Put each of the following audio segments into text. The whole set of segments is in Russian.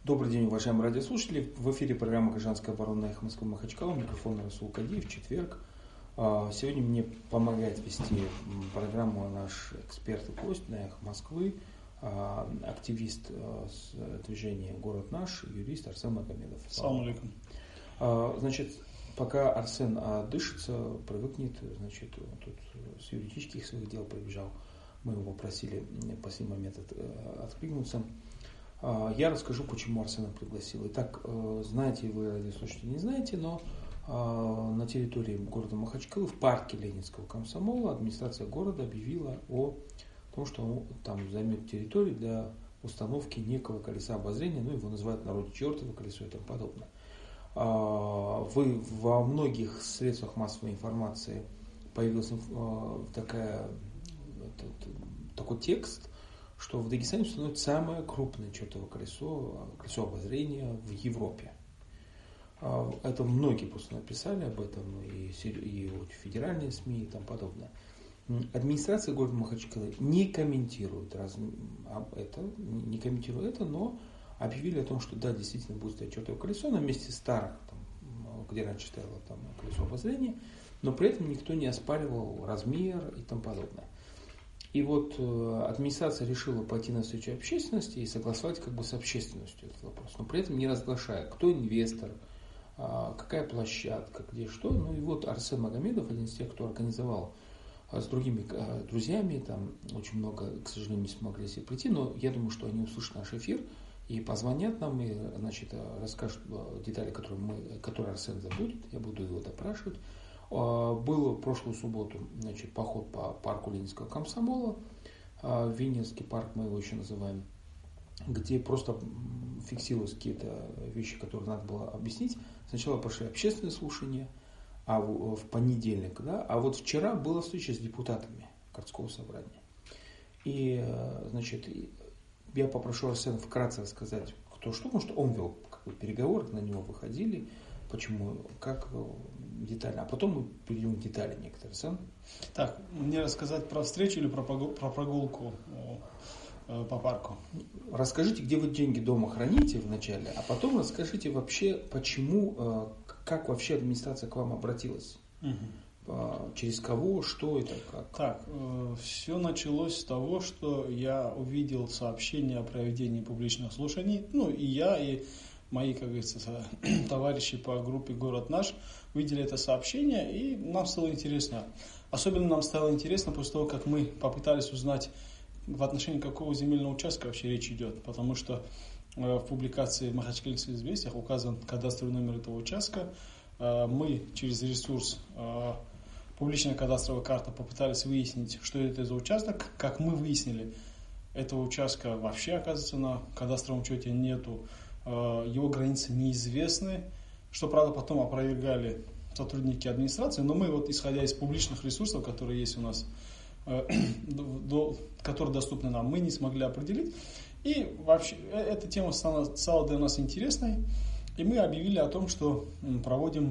Добрый день, уважаемые радиослушатели. В эфире программа «Гражданская оборона» «Эхо Москвы» Махачкала. Микрофон Расул Кадиев, четверг. Сегодня мне помогает вести программу наш эксперт и гость на «Эхо Москвы», активист движения «Город наш», юрист Арсен Магомедов. Салам алейкум. Значит, пока Арсен дышится, привыкнет, значит, тут с юридических своих дел прибежал. Мы его попросили в последний момент откликнуться. Я расскажу, почему Арсена пригласил. Итак, знаете вы, радиослушатели, не знаете, но на территории города Махачкалы, в парке Ленинского комсомола, администрация города объявила о том, что он там займет территорию для установки некого колеса обозрения, его называют в народе чертово колесо и тому подобное. Вы во многих средствах массовой информации появился такой текст, что в Дагестане установят самое крупное чертово колесо обозрения в Европе. Это многие просто написали об этом, и федеральные СМИ и тому подобное. Администрация города Махачкалы не комментирует это, но объявили о том, что да, действительно будет стоять чертово колесо на месте старых, где раньше стояло колесо обозрения, но при этом никто не оспаривал размер и тому подобное. И вот администрация решила пойти навстречу общественности и согласовать с общественностью этот вопрос, но при этом не разглашая, кто инвестор, какая площадка, где что. И вот Арсен Магомедов, один из тех, кто организовал с другими друзьями, там очень много, к сожалению, не смогли себе прийти, но я думаю, что они услышат наш эфир и позвонят нам, и, расскажут детали, которые Арсен забудет, я буду его допрашивать. Был в прошлую субботу поход по парку Ленинского комсомола, Венецкий парк мы его еще называем, где просто фиксировались какие-то вещи, которые надо было объяснить. Сначала пошли общественные слушания, в понедельник, а вот вчера была встреча с депутатами городского собрания. И, я попрошу Арсена вкратце рассказать, кто что, потому что он вел переговоры, на него выходили, почему, как детально, а потом мы перейдем к деталям некоторые. Арсен? Так, мне рассказать про встречу или про прогулку по парку? Расскажите, где вы деньги дома храните вначале, а потом расскажите вообще, почему, как вообще администрация к вам обратилась. Через кого, что это, как? Так, все началось с того, что я увидел сообщение о проведении публичных слушаний, и я, и мои, как говорится, товарищи по группе «Город наш» увидели это сообщение, и нам стало интересно. Особенно нам стало интересно после того, как мы попытались узнать, в отношении какого земельного участка вообще речь идет, потому что в публикации в Махачкалинских известиях указан кадастровый номер этого участка. Мы через ресурс «Публичная кадастровая карта» попытались выяснить, что это за участок. Как мы выяснили, этого участка вообще, оказывается, на кадастровом учете нету. Его границы неизвестны, что, правда, потом опровергали сотрудники администрации, но мы, исходя из публичных ресурсов, которые есть у нас, которые доступны нам, мы не смогли определить. И вообще эта тема стала для нас интересной, и мы объявили о том, что проводим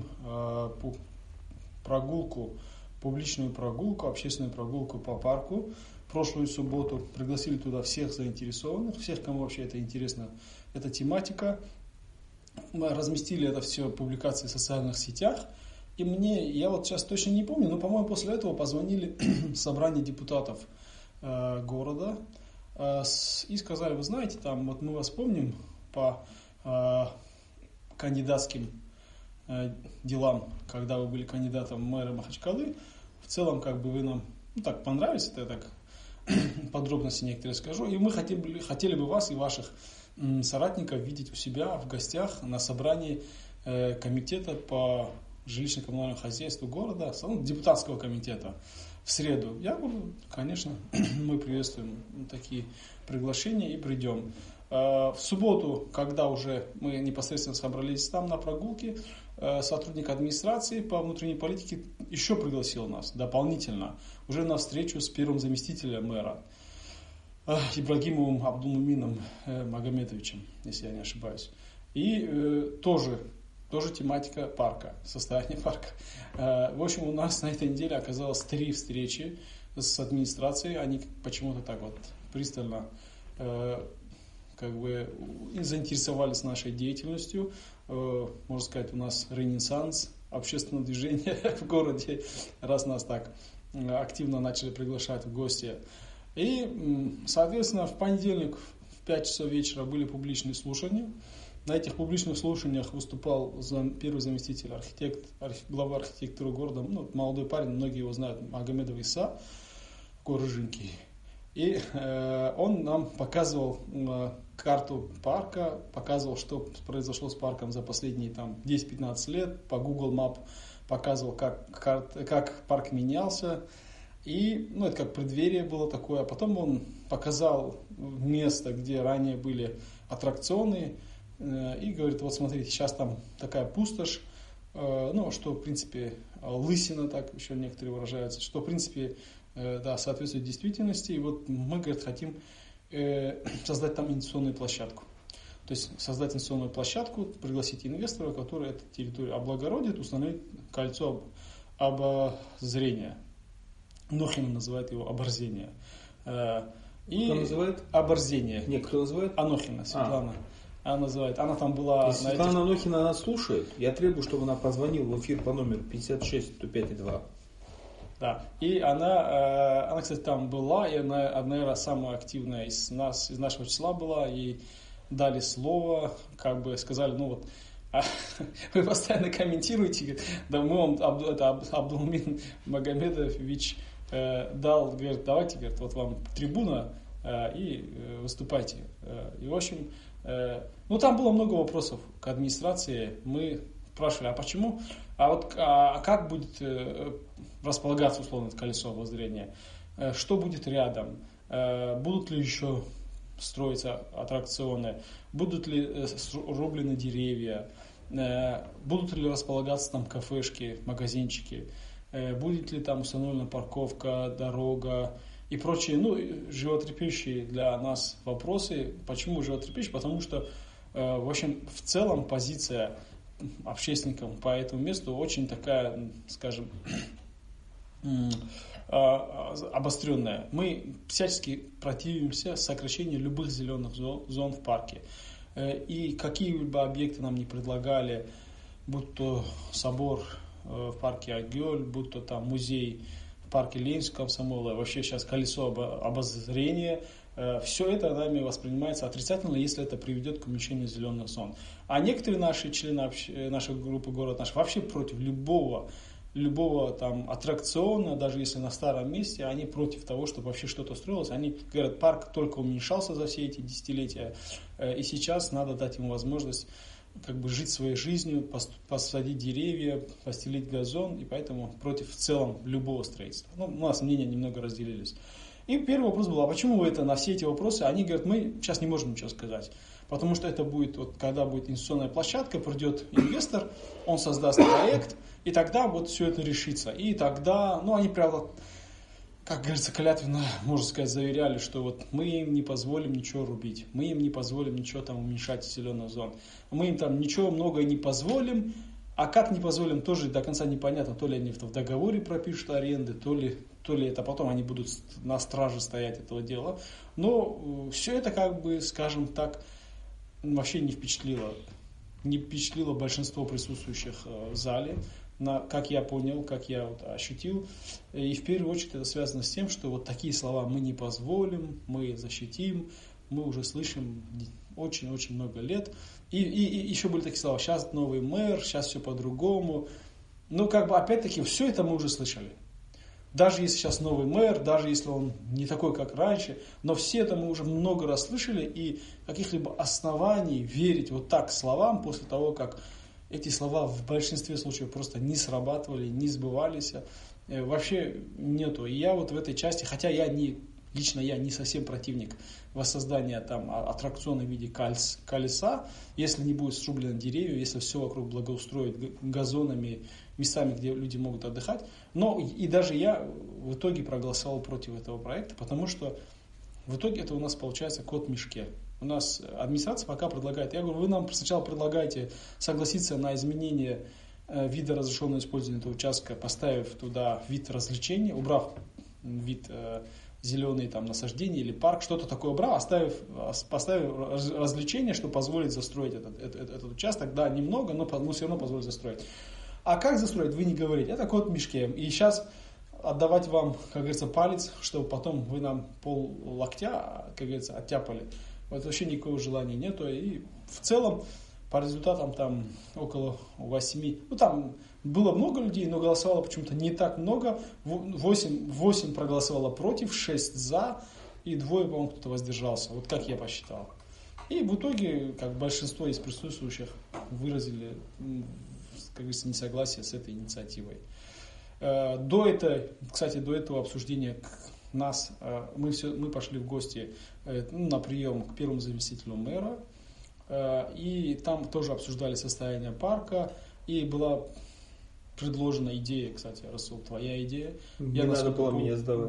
публичную прогулку, общественную прогулку по парку. В прошлую субботу пригласили туда всех заинтересованных, всех, кому вообще это интересно, эта тематика. Мы разместили это все в публикации в социальных сетях. И я сейчас точно не помню, но, по-моему, после этого позвонили в собрание депутатов города и сказали: вы знаете, мы вас помним по кандидатским делам, когда вы были кандидатом в мэра Махачкалы. В целом, вы нам понравились, это я так подробности некоторые скажу, и мы хотели бы вас и ваших соратников видеть у себя в гостях на собрании комитета по жилищно-коммунальному хозяйству города, депутатского комитета в среду. Я говорю, конечно, мы приветствуем такие приглашения и придем. В субботу, когда уже мы непосредственно собрались там на прогулке, сотрудник администрации по внутренней политике еще пригласил нас дополнительно уже на встречу с первым заместителем мэра Ибрагимовым Абдулмумином Магомедовичем, если я не ошибаюсь. И тоже тематика парка, состояние парка. В общем, у нас на этой неделе оказалось 3 встречи с администрацией. Они почему-то так пристально как бы заинтересовались нашей деятельностью. Можно сказать, у нас ренессанс общественного движения в городе, раз нас так активно начали приглашать в гости. И, соответственно, в понедельник в 5 часов вечера были публичные слушания. На этих публичных слушаниях выступал первый заместитель главы архитектуры города, молодой парень, многие его знают, Магомедов Иса, рыженький. И он нам показывал карту парка, показывал, что произошло с парком за последние 10-15 лет, по Google Map показывал, как парк менялся. И, это как преддверие было такое. А потом он показал место, где ранее были аттракционы, и говорит, вот смотрите, сейчас там такая пустошь, что, в принципе, лысина, так еще некоторые выражаются, что, в принципе, да, соответствует действительности. И вот мы, говорит, хотим создать там инвестиционную площадку. То есть создать инвестиционную площадку, пригласить инвестора, который эту территорию облагородит, установить кольцо обозрения. Нохина называет его оборзение. И кто называет? Оборзение. Нет, кто называет? Анохина, Светлана. Она называет. Она там была... Светлана Анохина нас слушает. Я требую, чтобы она позвонила в эфир по номеру 56-105-2. Да. И она, кстати, там была, и она, наверное, самая активная из нашего числа была, и дали слово, как бы сказали, вы постоянно комментируете, да мы вам, Абдулмин Магомедович дал, говорит, давайте, говорит, вот вам трибуна и выступайте. И, в общем, там было много вопросов к администрации, мы спрашивали, а почему, а как будет располагаться, условно, это колесо обозрения, что будет рядом, будут ли еще строятся аттракционы, будут ли рублены деревья, будут ли располагаться там кафешки, магазинчики, будет ли там установлена парковка, дорога и прочие, животрепещущие для нас вопросы. Почему животрепещущие? Потому что, в общем, в целом позиция общественникам по этому месту очень такая, скажем, обостренная. Мы всячески противимся сокращению любых зеленых зон в парке. И какие-либо объекты нам не предлагали, будь то собор в парке Агиоль, будь то там музей в парке Ленинского комсомола, вообще сейчас колесо обозрения, все это нами воспринимается отрицательно, если это приведет к уменьшению зеленых зон. А некоторые наши члены нашей группы «Город наш» вообще против любого там аттракциона, даже если на старом месте, они против того, чтобы вообще что-то строилось. Они говорят, парк только уменьшался за все эти десятилетия, и сейчас надо дать ему возможность как бы жить своей жизнью, посадить деревья, постелить газон, и поэтому против в целом любого строительства. У нас мнения немного разделились. И первый вопрос был, а почему вы это на все эти вопросы? Они говорят, мы сейчас не можем ничего сказать. Потому что это будет, когда будет инвестиционная площадка, придет инвестор, он создаст проект, и тогда вот все это решится. И тогда, они правда, как говорится, клятвенно, можно сказать, заверяли, что вот мы им не позволим ничего рубить, мы им не позволим ничего там уменьшать из зеленых зон, мы им там ничего многое не позволим, а как не позволим, тоже до конца непонятно, то ли они в договоре пропишут аренды, то ли это потом они будут на страже стоять этого дела. Но все это, как бы, скажем так, вообще не впечатлило большинство присутствующих в зале, как я понял, как я ощутил. И в первую очередь это связано с тем, что вот такие слова мы не позволим, мы защитим, мы уже слышим очень-очень много лет. И еще были такие слова, сейчас новый мэр, сейчас все по-другому. Опять-таки, все это мы уже слышали. Даже если сейчас новый мэр, даже если он не такой, как раньше, но все это мы уже много раз слышали, и каких-либо оснований верить вот так словам после того, как эти слова в большинстве случаев просто не срабатывали, не сбывались, вообще нету. И я вот в этой части, хотя лично я не совсем противник воссоздания там аттракциона в виде колеса, если не будет срублено деревья, если все вокруг благоустроить газонами, местами, где люди могут отдыхать. Но и даже я в итоге проголосовал против этого проекта, потому что в итоге это у нас получается кот в мешке. У нас администрация пока предлагает, я говорю, вы нам сначала предлагаете согласиться на изменение вида разрешенного использования этого участка, поставив туда вид развлечений, убрав вид зеленые там насаждения или парк, что-то такое брал, поставив развлечение, что позволит застроить этот участок. Да, немного, но все равно позволит застроить. А как застроить, вы не говорите. Это кот в мешке. И сейчас отдавать вам, как говорится, палец, чтобы потом вы нам пол локтя, как говорится, оттяпали. Вот вообще никакого желания нету. И в целом по результатам там около 8. Ну там было много людей, но голосовало почему-то не так много. 8 проголосовало против, 6 за и 2, по-моему, кто-то воздержался. Вот как я посчитал. И в итоге, как большинство из присутствующих выразили, как говорится, несогласие с этой инициативой. До этого обсуждения мы пошли в гости на прием к первому заместителю мэра, и там тоже обсуждали состояние парка, и была предложена идея, кстати, Расул, твоя идея. Не надо было меня сдавать.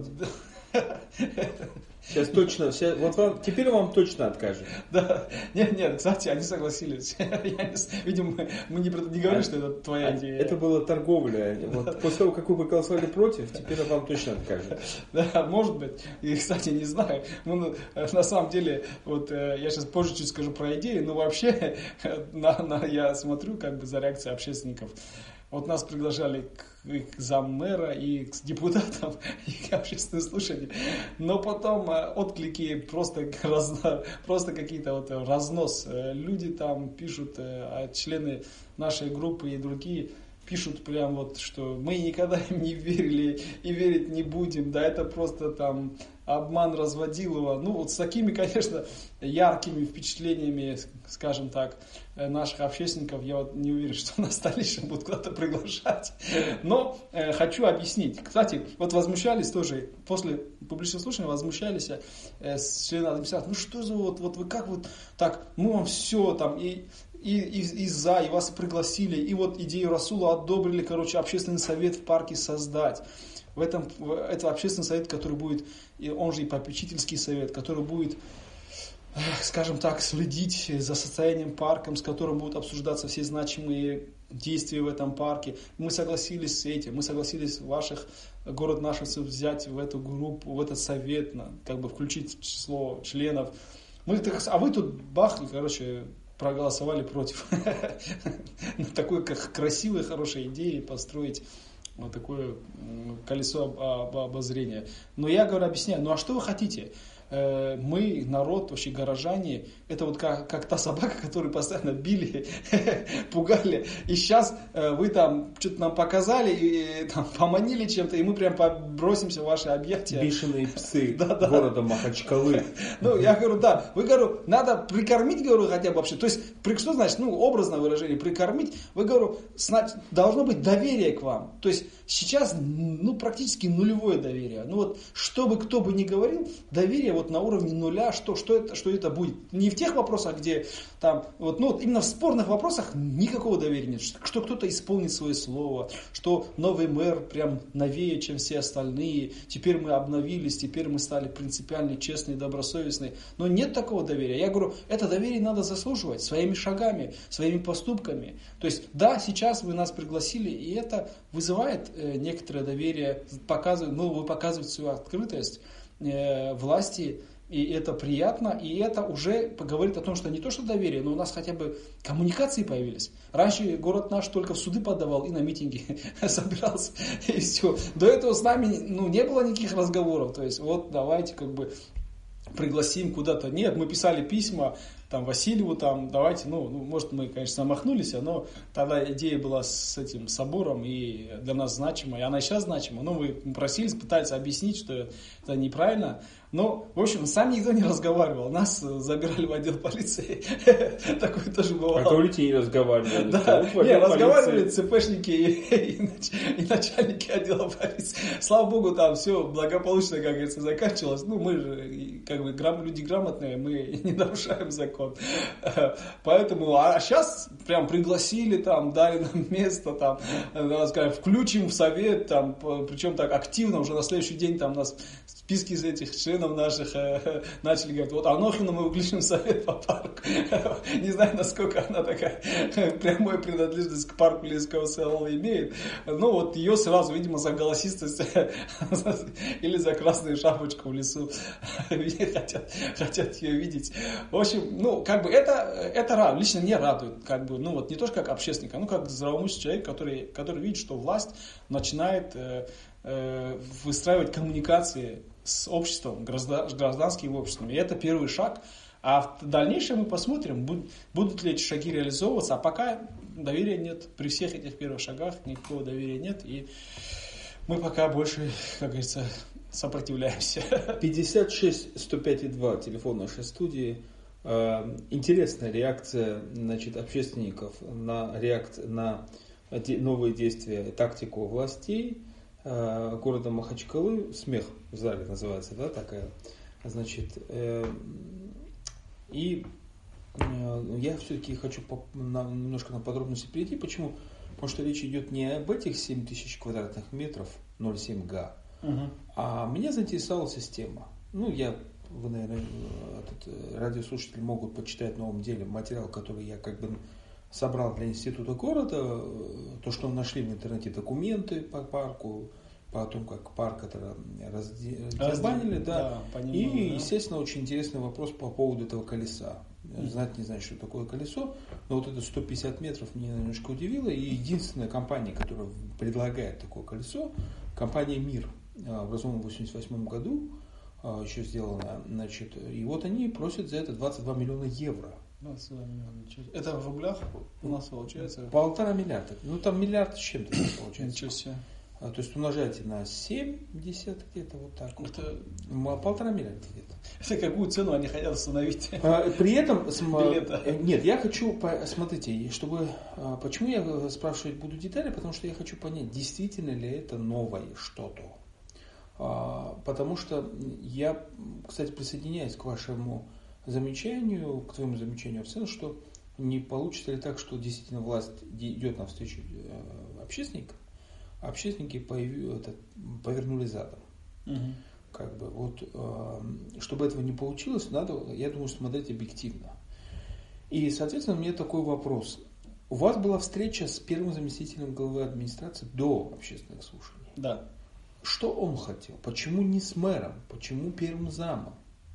Сейчас точно, теперь вам точно откажут. Да, нет, кстати, они согласились. Видимо, мы не говорили, что это твоя идея. Это была торговля. Вот после того, как вы проголосовали против, теперь вам точно откажут. Да, может быть. И, кстати, не знаю. На самом деле, вот я сейчас позже чуть скажу про идеи, но вообще я смотрю как бы за реакцией общественников. Вот нас приглашали к заммэра и к депутатам, и к общественным слушаниям. Но потом отклики просто какие-то вот разнос. Люди там пишут, члены нашей группы и другие пишут прям вот, что мы никогда им не верили и верить не будем. Да это просто там обман разводилова. Ну вот с такими, конечно, яркими впечатлениями, скажем так, наших общественников, я вот не уверен, что нас в дальнейшем будут куда-то приглашать. Но хочу объяснить. Кстати, вот возмущались тоже, после публичного слушания возмущались с членами администрации. Ну что за вот вы как вот так, мы вам все там и вас пригласили, и вот идею Расула одобрили, общественный совет в парке создать. Это общественный совет, который будет, он же и попечительский совет, который будет, скажем так, следить за состоянием парка, с которым будут обсуждаться все значимые действия в этом парке. Мы согласились с этим, мы согласились город наших взять в эту группу, в этот совет, как бы включить в число членов. А вы тут бах, проголосовали против такой красивой, хорошей идеи построить вот такое колесо обозрения. Но я объясняю, а что вы хотите? Мы, народ, вообще горожане, это вот как та собака, которую постоянно били, пугали. И сейчас вы там что-то нам показали, и там поманили чем-то, и мы прям бросимся в ваши объятия. Бешеные псы города Махачкалы. Ну, я говорю, да. Вы, надо прикормить, хотя бы вообще. То есть, что значит, образное выражение, прикормить? Вы, должно быть доверие к вам. То есть, сейчас, практически нулевое доверие. Чтобы кто бы ни говорил, доверие на уровне нуля, что это будет. Не в тех вопросах, где там, именно в спорных вопросах никакого доверия нет. Что кто-то исполнит свое слово, что новый мэр прям новее, чем все остальные. Теперь мы обновились, теперь мы стали принципиальные, честные, добросовестные. Но нет такого доверия. Я говорю, это доверие надо заслуживать своими шагами, своими поступками. То есть, да, сейчас вы нас пригласили, и это вызывает некоторое доверие, вы показываете свою открытость власти, и это приятно, и это уже говорит о том, что не то что доверие, но у нас хотя бы коммуникации появились. Раньше город наш только в суды подавал и на митинги собирался, и все. До этого с нами не было никаких разговоров, то есть давайте пригласим куда-то. Нет, мы писали письма Васильеву, давайте, может мы, конечно, замахнулись, но тогда идея была с этим собором и для нас значима, и она сейчас значима. Мы просились, пытались объяснить, что это неправильно. Но, в общем, сам никто не разговаривал. Нас забирали в отдел полиции. Такое тоже бывало. А говорите, не разговаривали. Да, разговаривали ЦПшники и начальники отдела полиции. Слава богу, там все благополучно, как говорится, заканчивалось. Мы же, люди грамотные, мы не нарушаем закон. Поэтому, а сейчас прям пригласили, дали нам место, надо сказать, включим в совет, причем так активно, уже на следующий день нас списке из этих членов наших начали говорить, вот Анохину мы выключим совет по парку. Не знаю, насколько она такая прямой принадлежность к парку Лесского села имеет, но вот ее сразу, видимо, за голосистость или за красную шапочку в лесу хотят ее видеть. В общем, ну, как бы это радует, лично не радует, как бы, ну, вот не то, как общественника, ну, как здравомыслящий человек, который видит, что власть начинает выстраивать коммуникации с обществом, гражданским обществом. И это первый шаг. А в дальнейшем мы посмотрим, будут ли эти шаги реализовываться. А пока доверия нет. При всех этих первых шагах никакого доверия нет. И мы пока больше, как говорится, сопротивляемся. 56-105-2, телефон нашей студии. Интересная реакция, значит, общественников на новые действия, тактику властей города Махачкалы. Смех в зале называется, да, такая. Значит, и я все-таки хочу немножко на подробности перейти. Почему? Потому что речь идет не об этих 7000 квадратных метров, 0,7 га, а меня заинтересовала система. Ну, вы, наверное, радиослушатели могут почитать в новом деле материал, который я как бы собрал для института города, то, что нашли в интернете документы по парку, по тому, как парк это раздербанили, да. И, естественно, очень интересный вопрос по поводу этого колеса. Знать не знаю, что такое колесо, но вот это 150 метров меня немножко удивило. И единственная компания, которая предлагает такое колесо, компания «Мир», образована в 1988 году, еще сделана, значит, и вот они просят за это 22 миллиона евро. 22 миллиона. Это в рублях у нас получается? 1,5 миллиарда. Ну, там миллиард с чем-то получается. Ничего себе. То есть умножаете на 70 где-то вот так. Это 1,5 миллиарда где-то. Это какую цену они хотят установить? При этом, нет, я хочу, смотрите, почему я спрашивать буду детали, потому что я хочу понять, действительно ли это новое что-то. Потому что я, кстати, присоединяюсь к вашему замечанию, к твоему замечанию, Арсен, что не получится ли так, что действительно власть идет навстречу общественникам, а общественники повернули задом. Как бы, вот, чтобы этого не получилось, надо, я думаю, смотреть объективно. И, соответственно, у меня такой вопрос. У вас была встреча с первым заместителем главы администрации до общественных слушаний. Да. Что он хотел? Почему не с мэром? Почему первым замом?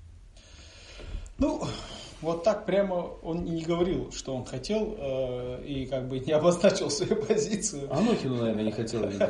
Ну, вот так прямо он и не говорил, что он хотел, и как бы не обозначил свою позицию. Анохину, наверное, не хотел видеть.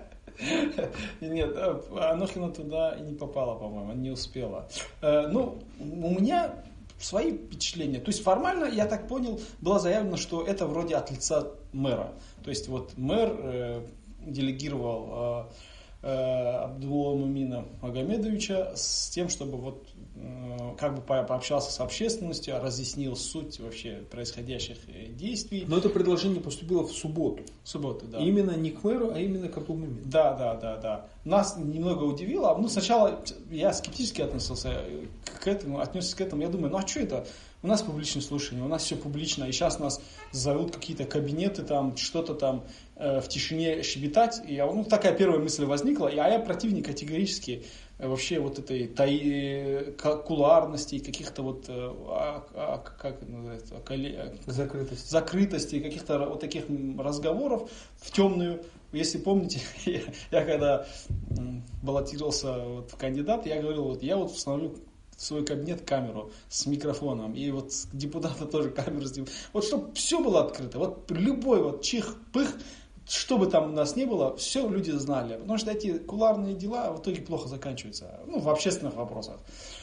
Нет, Анохина туда и не попала, по-моему, не успела. Ну, у меня свои впечатления. То есть формально, я так понял, было заявлено, что это вроде от лица мэра. То есть вот мэр делегировал Абдулла Мумина Магомедовича с тем, чтобы вот как бы пообщался с общественностью, разъяснил суть вообще происходящих действий. Но это предложение поступило в субботу. В субботу, да. Именно не к мэру, а именно к Абдуллу Мумину. Да. Нас немного удивило. Ну, сначала я скептически отнесся к этому. Я думаю, ну а что это? У нас публичное слушание, у нас все публично, и сейчас нас зовут какие-то кабинеты, там, что-то там в тишине щебетать. И такая первая мысль возникла, а я противник категорически вообще вот этой кулуарности, каких-то вот, как это называется, закрытости, каких-то вот таких разговоров в темную. Если помните, я когда баллотировался вот в кандидат, я говорил, вот я вот установлю в свой кабинет камеру с микрофоном, и вот депутата тоже камеру сделал. Вот чтобы все было открыто, вот любой вот чих-пых, что бы там у нас ни было, все люди знали. Потому что эти кулуарные дела в итоге плохо заканчиваются, в общественных вопросах.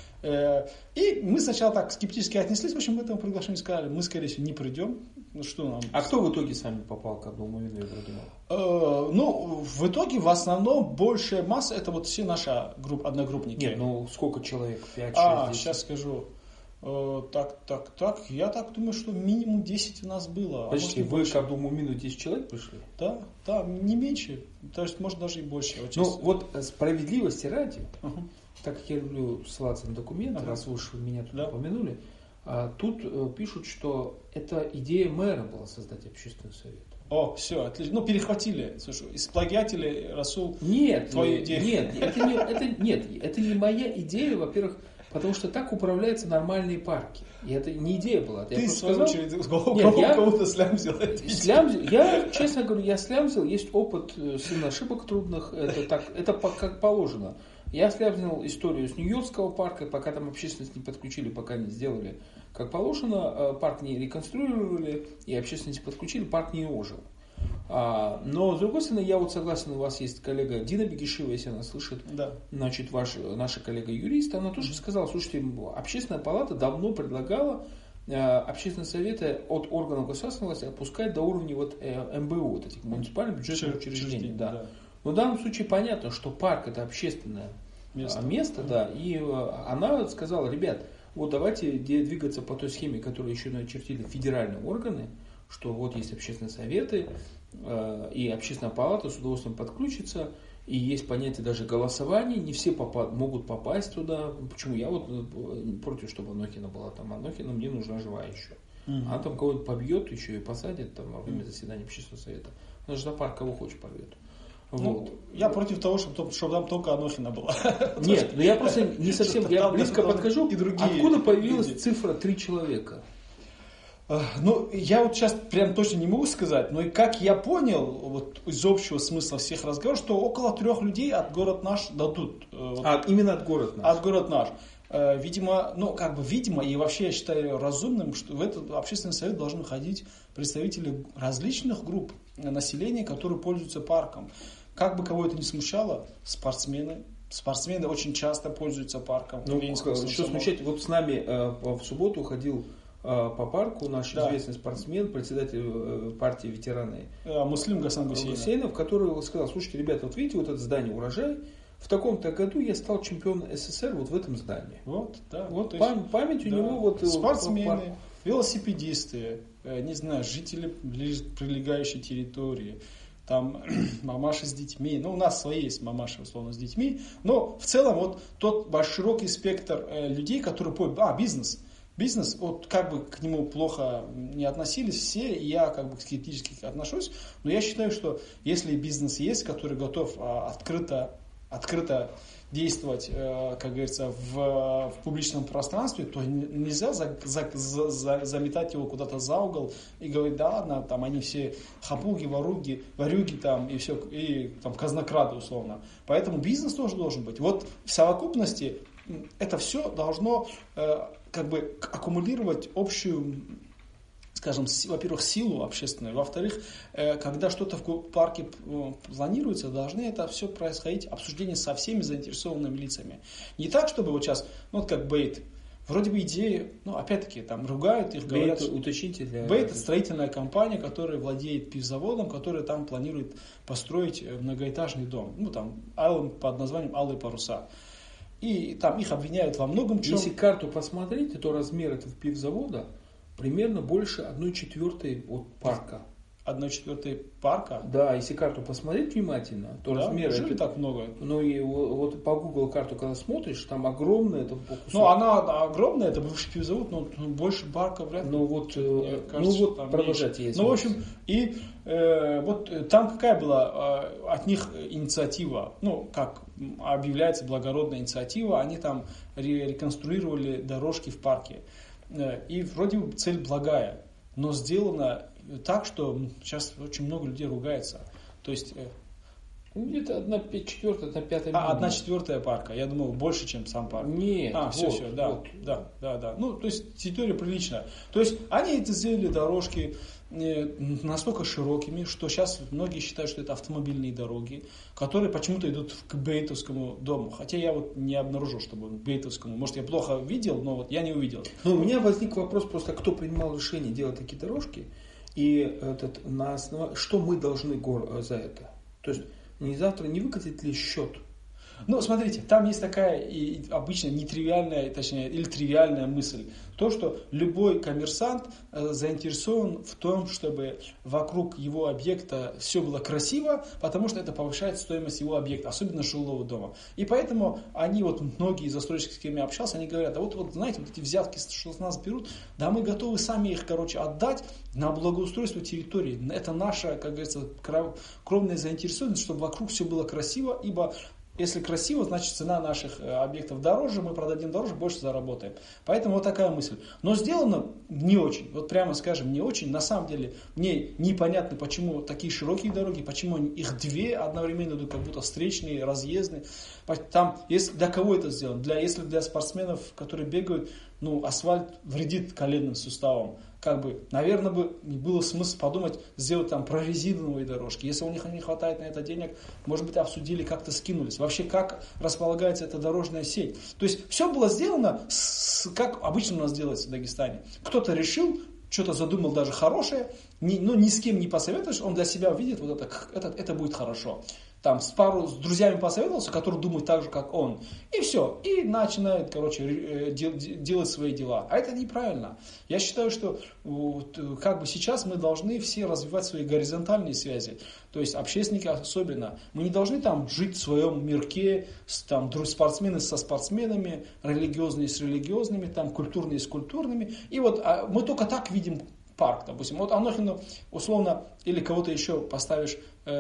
И мы сначала так скептически отнеслись, в общем, к этому приглашению сказали, мы, скорее всего, не придем. Ну, что нам... А кто в итоге с вами попал к Абдуллу Мумину и Ибрагимову? В итоге, в основном, большая масса, это вот все наши одногруппники. Нет, сколько человек? 5-6? Сейчас скажу. Так. Я так думаю, что минимум 10 у нас было. Почти. Вы к Абдуллу Мумину 10 человек пришли? Да, не меньше. То есть, может, даже и больше. Вот справедливости ради, так как я люблю ссылаться на документы, раз вы уж меня тут упомянули, Тут пишут, что это идея мэра была создать общественный совет. О, все, отлично. Ну, перехватили. Слушай, сплагиатили, Расул, Нет, твою идею. Нет, это не моя идея, во-первых, потому что так управляются нормальные парки. И это не идея была. Ты, в свою очередь, кого-то слямзил. Я, честно говорю, я слямзил. Есть опыт сын ошибок трудных. Это как положено. Я слямзил историю с Нью-Йоркского парка, пока там общественность не подключили, пока не сделали как положено, парк не реконструировали, и общественность не подключили, парк не ожил. Но, с другой стороны, я вот согласен, у вас есть коллега Дина Бегишева, если она слышит, да. Значит, наша коллега-юрист, она тоже сказала, слушайте, общественная палата давно предлагала общественные советы от органов государственной власти опускать до уровня вот МБУ, вот этих муниципальных бюджетных учреждений. Да. Но в данном случае понятно, что парк это общественное место, да, и она сказала, ребят, вот давайте двигаться по той схеме, которую еще начертили федеральные органы, что вот есть общественные советы, и общественная палата с удовольствием подключится, и есть понятие даже голосования, не все могут попасть туда. Почему? Я вот против, чтобы Анохина была там. Анохина мне нужна живая еще. Она там кого-то побьет еще и посадит там, во время заседания общественного совета. Она же за парк кого хочешь порвет. Вот. Я против того, чтобы там только Анохина была. Нет, но я просто не совсем, я близко подхожу, откуда появилась цифра 3 человека? Ну, я вот сейчас прям точно не могу сказать, но и как я понял вот из общего смысла всех разговоров, что около 3 людей от город наш дадут. Именно от город наш? От город наш. Видимо, видимо, и вообще я считаю разумным, что в этот общественный совет должны входить представители различных групп населения, которые пользуются парком. Как бы кого это ни смущало, спортсмены очень часто пользуются парком. Что смущать? Вот с нами в субботу ходил по парку наш известный спортсмен, председатель партии ветераны Муслим Гасан Гусейнов, который сказал, слушайте, ребята, вот видите, вот это здание «Урожай», в таком-то году я стал чемпионом СССР вот в этом здании. Вот, да. Вот память у него вот... Спортсмены, велосипедисты, не знаю, жители прилегающей территории, там мамаши с детьми. У нас свои есть мамаши, условно, с детьми. Но в целом вот тот широкий спектр людей, которые поют, бизнес, вот как бы к нему плохо не относились все, и я как бы скептически отношусь, но я считаю, что если бизнес есть, который готов открыто действовать, как говорится, в публичном пространстве, то нельзя заметать его куда-то за угол и говорить, да ладно, там они все хапуги, ворюги там, и все, и там казнокрады условно. Поэтому бизнес тоже должен быть. Вот в совокупности это все должно как бы аккумулировать общую, скажем, во-первых, силу общественную, во-вторых, когда что-то в парке планируется, должны это все происходить, обсуждение со всеми заинтересованными лицами. Не так, чтобы вот сейчас, как Бейт, вроде бы идеи, опять-таки, там ругают их, говорят, Бейт, уточните для... Бейт это строительная компания, которая владеет пивзаводом, которая там планирует построить многоэтажный дом, под названием «Алые паруса». И там их обвиняют во многом чем. Если карту посмотреть, то размер этого пивзавода примерно больше 1/4 от парка. 1/4 парка? Да, если карту посмотреть внимательно, то размер... Неужели так много? И вот по Google карту, когда смотришь, там огромная... Это она огромная, это бывший пивзавод, но больше парка вряд ли. Продолжайте. В общем, и вот там какая была от них инициатива, как объявляется благородная инициатива, они там реконструировали дорожки в парке. И вроде бы цель благая, но сделано так, что сейчас очень много людей ругается. То есть... где-то 1/4, 1/5. 1/4 парка. Я думал, больше, чем сам парк. Нет. Да. То есть территория приличная. То есть они это сделали дорожки настолько широкими, что сейчас многие считают, что это автомобильные дороги, которые почему-то идут к Бейтовскому дому. Хотя я вот не обнаружил, чтобы к Бейтовскому. Может, я плохо видел, но вот я не увидел. Но у меня возник вопрос просто, кто принимал решение делать такие дорожки, и что мы должны за это? То есть завтра не выкатить ли счет? Ну, смотрите, там есть такая и обычно нетривиальная, точнее, или тривиальная мысль. То, что любой коммерсант заинтересован в том, чтобы вокруг его объекта все было красиво, потому что это повышает стоимость его объекта, особенно жилого дома. И поэтому они, вот многие застройщики, с кем я общался, они говорят, а вот знаете, вот эти взятки, что с нас берут, да мы готовы сами их, отдать на благоустройство территории. Это наша, как говорится, кровная заинтересованность, чтобы вокруг все было красиво, ибо если красиво, значит цена наших объектов дороже, мы продадим дороже, больше заработаем. Поэтому вот такая мысль. Но сделано не очень, вот прямо скажем, не очень. На самом деле мне непонятно, почему такие широкие дороги, почему их две одновременно идут, как будто встречные, разъездные. Там, если для кого это сделано? Если для спортсменов, которые бегают, асфальт вредит коленным суставам. Наверное, было смысл подумать, сделать там прорезиновые дорожки. Если у них не хватает на это денег, может быть, обсудили, как-то скинулись. Вообще, как располагается эта дорожная сеть. То есть, все было сделано, как обычно у нас делается в Дагестане. Кто-то решил, что-то задумал даже хорошее, ни с кем не посоветуешь, он для себя увидит, вот это будет хорошо. Там с друзьями посоветовался, которые думают так же, как он. И все. И начинает, делать свои дела. А это неправильно. Я считаю, что сейчас мы должны все развивать свои горизонтальные связи. То есть общественники особенно. Мы не должны там жить в своем мирке, спортсмены со спортсменами, религиозные с религиозными, культурные с культурными. И мы только так видим парк, допустим. Вот Анохину условно или кого-то еще поставишь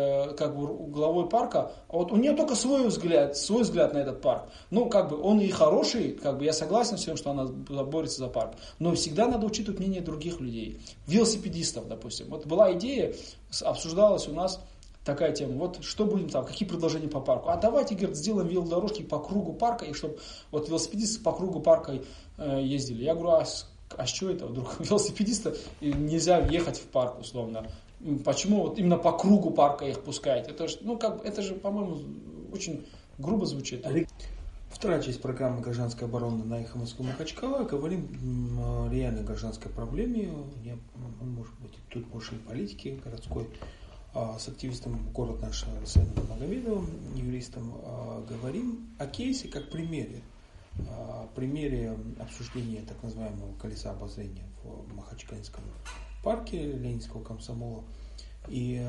главой парка, а вот у нее только свой взгляд на этот парк. Он и хороший, я согласен с тем, что она борется за парк, но всегда надо учитывать мнение других людей. Велосипедистов, допустим. Вот была идея, обсуждалась у нас такая тема, вот что будем какие предложения по парку. А давайте, говорит, сделаем велодорожки по кругу парка, и чтобы велосипедисты по кругу парка ездили. Я говорю, а что это вдруг велосипедиста нельзя въехать в парк условно? Почему именно по кругу парка их пускаете? Это же, по-моему, очень грубо звучит. Вторая часть программы «Гражданская оборона» на Эхо Москвы Махачкала. Говорим о реальной гражданской проблеме. Может быть, тут больше и политики городской. С активистом города нашего Арсеном Магомедовым, юристом, говорим о кейсе как примере обсуждения так называемого колеса обозрения в Махачкалинском парке Ленинского комсомола. И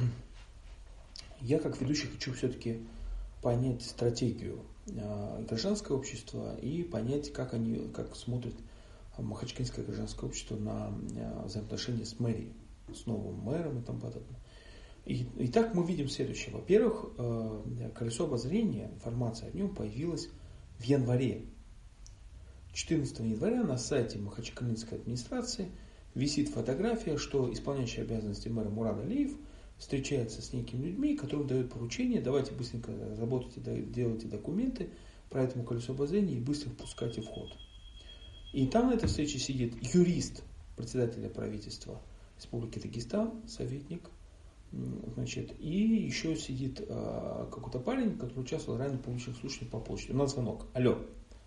я как ведущий хочу все-таки понять стратегию гражданского общества и понять, как смотрит махачкалинское гражданское общество на взаимоотношения с мэрией, с новым мэром и тому подобное. Итак, мы видим следующее. Во-первых, колесо обозрения, информация о нем появилась в январе. 14 января на сайте Махачкалинской администрации висит фотография, что исполняющий обязанности мэра Мурад Алиев встречается с некими людьми, которым дают поручение: давайте быстренько разработайте, делайте документы про это колесо обозрения и быстро впускайте в ход. И там на этой встрече сидит юрист председателя правительства Республики Дагестан, советник, и еще сидит какой-то парень, который участвовал ранее в публичных слушаниях по почте. У нас звонок. Алло.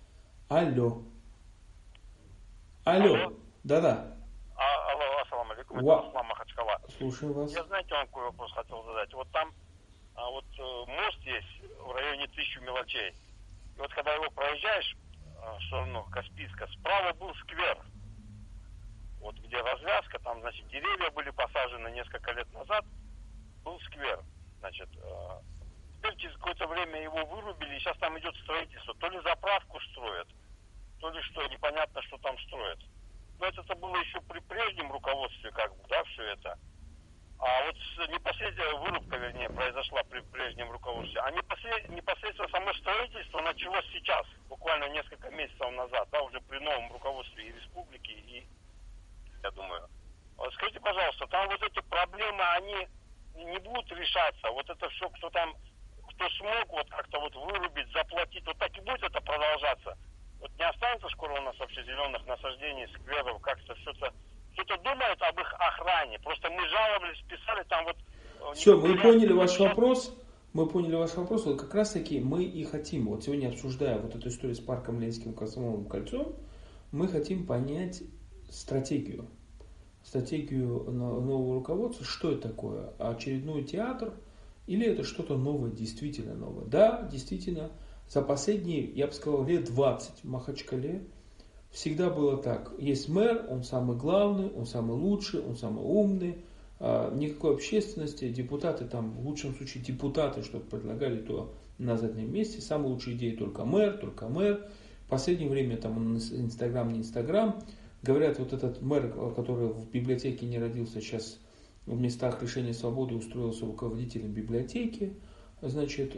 Да-да. Алло, ассаламу алейкум, это Аслан Махачкала. Слушаю вас. Я, знаете, вам какой вопрос хотел задать. Вот там мост есть в районе 1000 мелочей. И вот когда его проезжаешь в сторону Каспийска, справа был сквер. Вот где развязка, там, значит, деревья были посажены несколько лет назад, был сквер. Значит, теперь через какое-то время его вырубили, и сейчас там идет строительство. То ли заправку строят, то ли что, непонятно, что там строят. Но это было еще при прежнем руководстве, все это. А вот непосредственно вырубка, произошла при прежнем руководстве. А непосредственно само строительство началось сейчас, буквально несколько месяцев назад, уже при новом руководстве и республики, и, я думаю. Вот скажите, пожалуйста, там вот эти проблемы, они не будут решаться? Вот это все, кто смог как-то вырубить, заплатить, вот так и будет это продолжаться? Вот не останется скоро у нас вообще зеленых насаждений, скверов, как-то что-то думают об их охране. Просто мы жаловались, писали там Все, мы поняли ваш вопрос. Вот как раз таки мы и хотим, вот сегодня обсуждая эту историю с парком Ленинским комсомольным кольцом, мы хотим понять стратегию нового руководства, что это такое, очередной театр или это что-то новое, действительно новое. Да, действительно, за последние, я бы сказал, лет 20 в Махачкале всегда было так. Есть мэр, он самый главный, он самый лучший, он самый умный. Никакой общественности, депутаты там, в лучшем случае депутаты что-то предлагали, то на заднем месте. Самые лучшие идеи только мэр, только мэр. В последнее время там Инстаграм, не Инстаграм. Говорят, вот этот мэр, который в библиотеке не родился, сейчас в местах лишения свободы устроился руководителем библиотеки. Значит,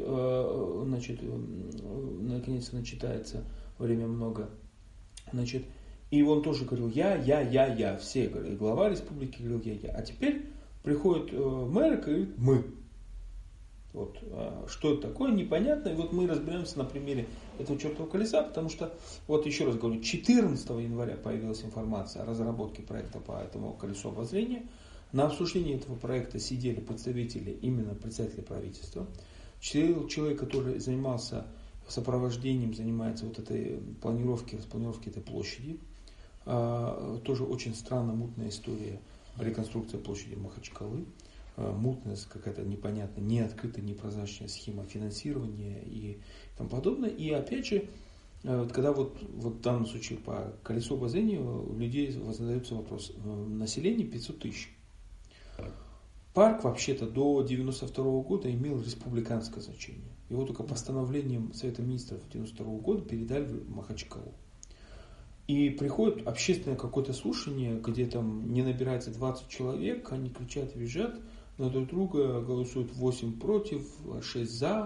наконец-то начитается, время много. Значит, и он тоже говорил я. Все говорили, глава республики говорил я. А теперь приходит мэр и говорит мы. Вот, что это такое, непонятно. И вот мы разберемся на примере этого чертового колеса, потому что, вот еще раз говорю, 14 января появилась информация о разработке проекта по этому колесу обозрения. На обсуждении этого проекта сидели представители, именно председатели правительства. Человек, который занимался сопровождением, занимается вот этой планировкой, распланировкой этой площади. Тоже очень странная, мутная история, реконструкция площади Махачкалы. Мутная, какая-то непонятная, неоткрытая, непрозрачная схема финансирования и тому подобное. И опять же, когда вот в данном случае по колесу обозрения у людей задается вопрос, население 500 тысяч. Парк вообще-то до 1992 года имел республиканское значение. Его только постановлением Совета Министров 1992 года передали в Махачкалу. И приходит общественное какое-то слушание, где там не набирается 20 человек, они кричат, визжат на друг друга, голосуют 8 против, 6 за,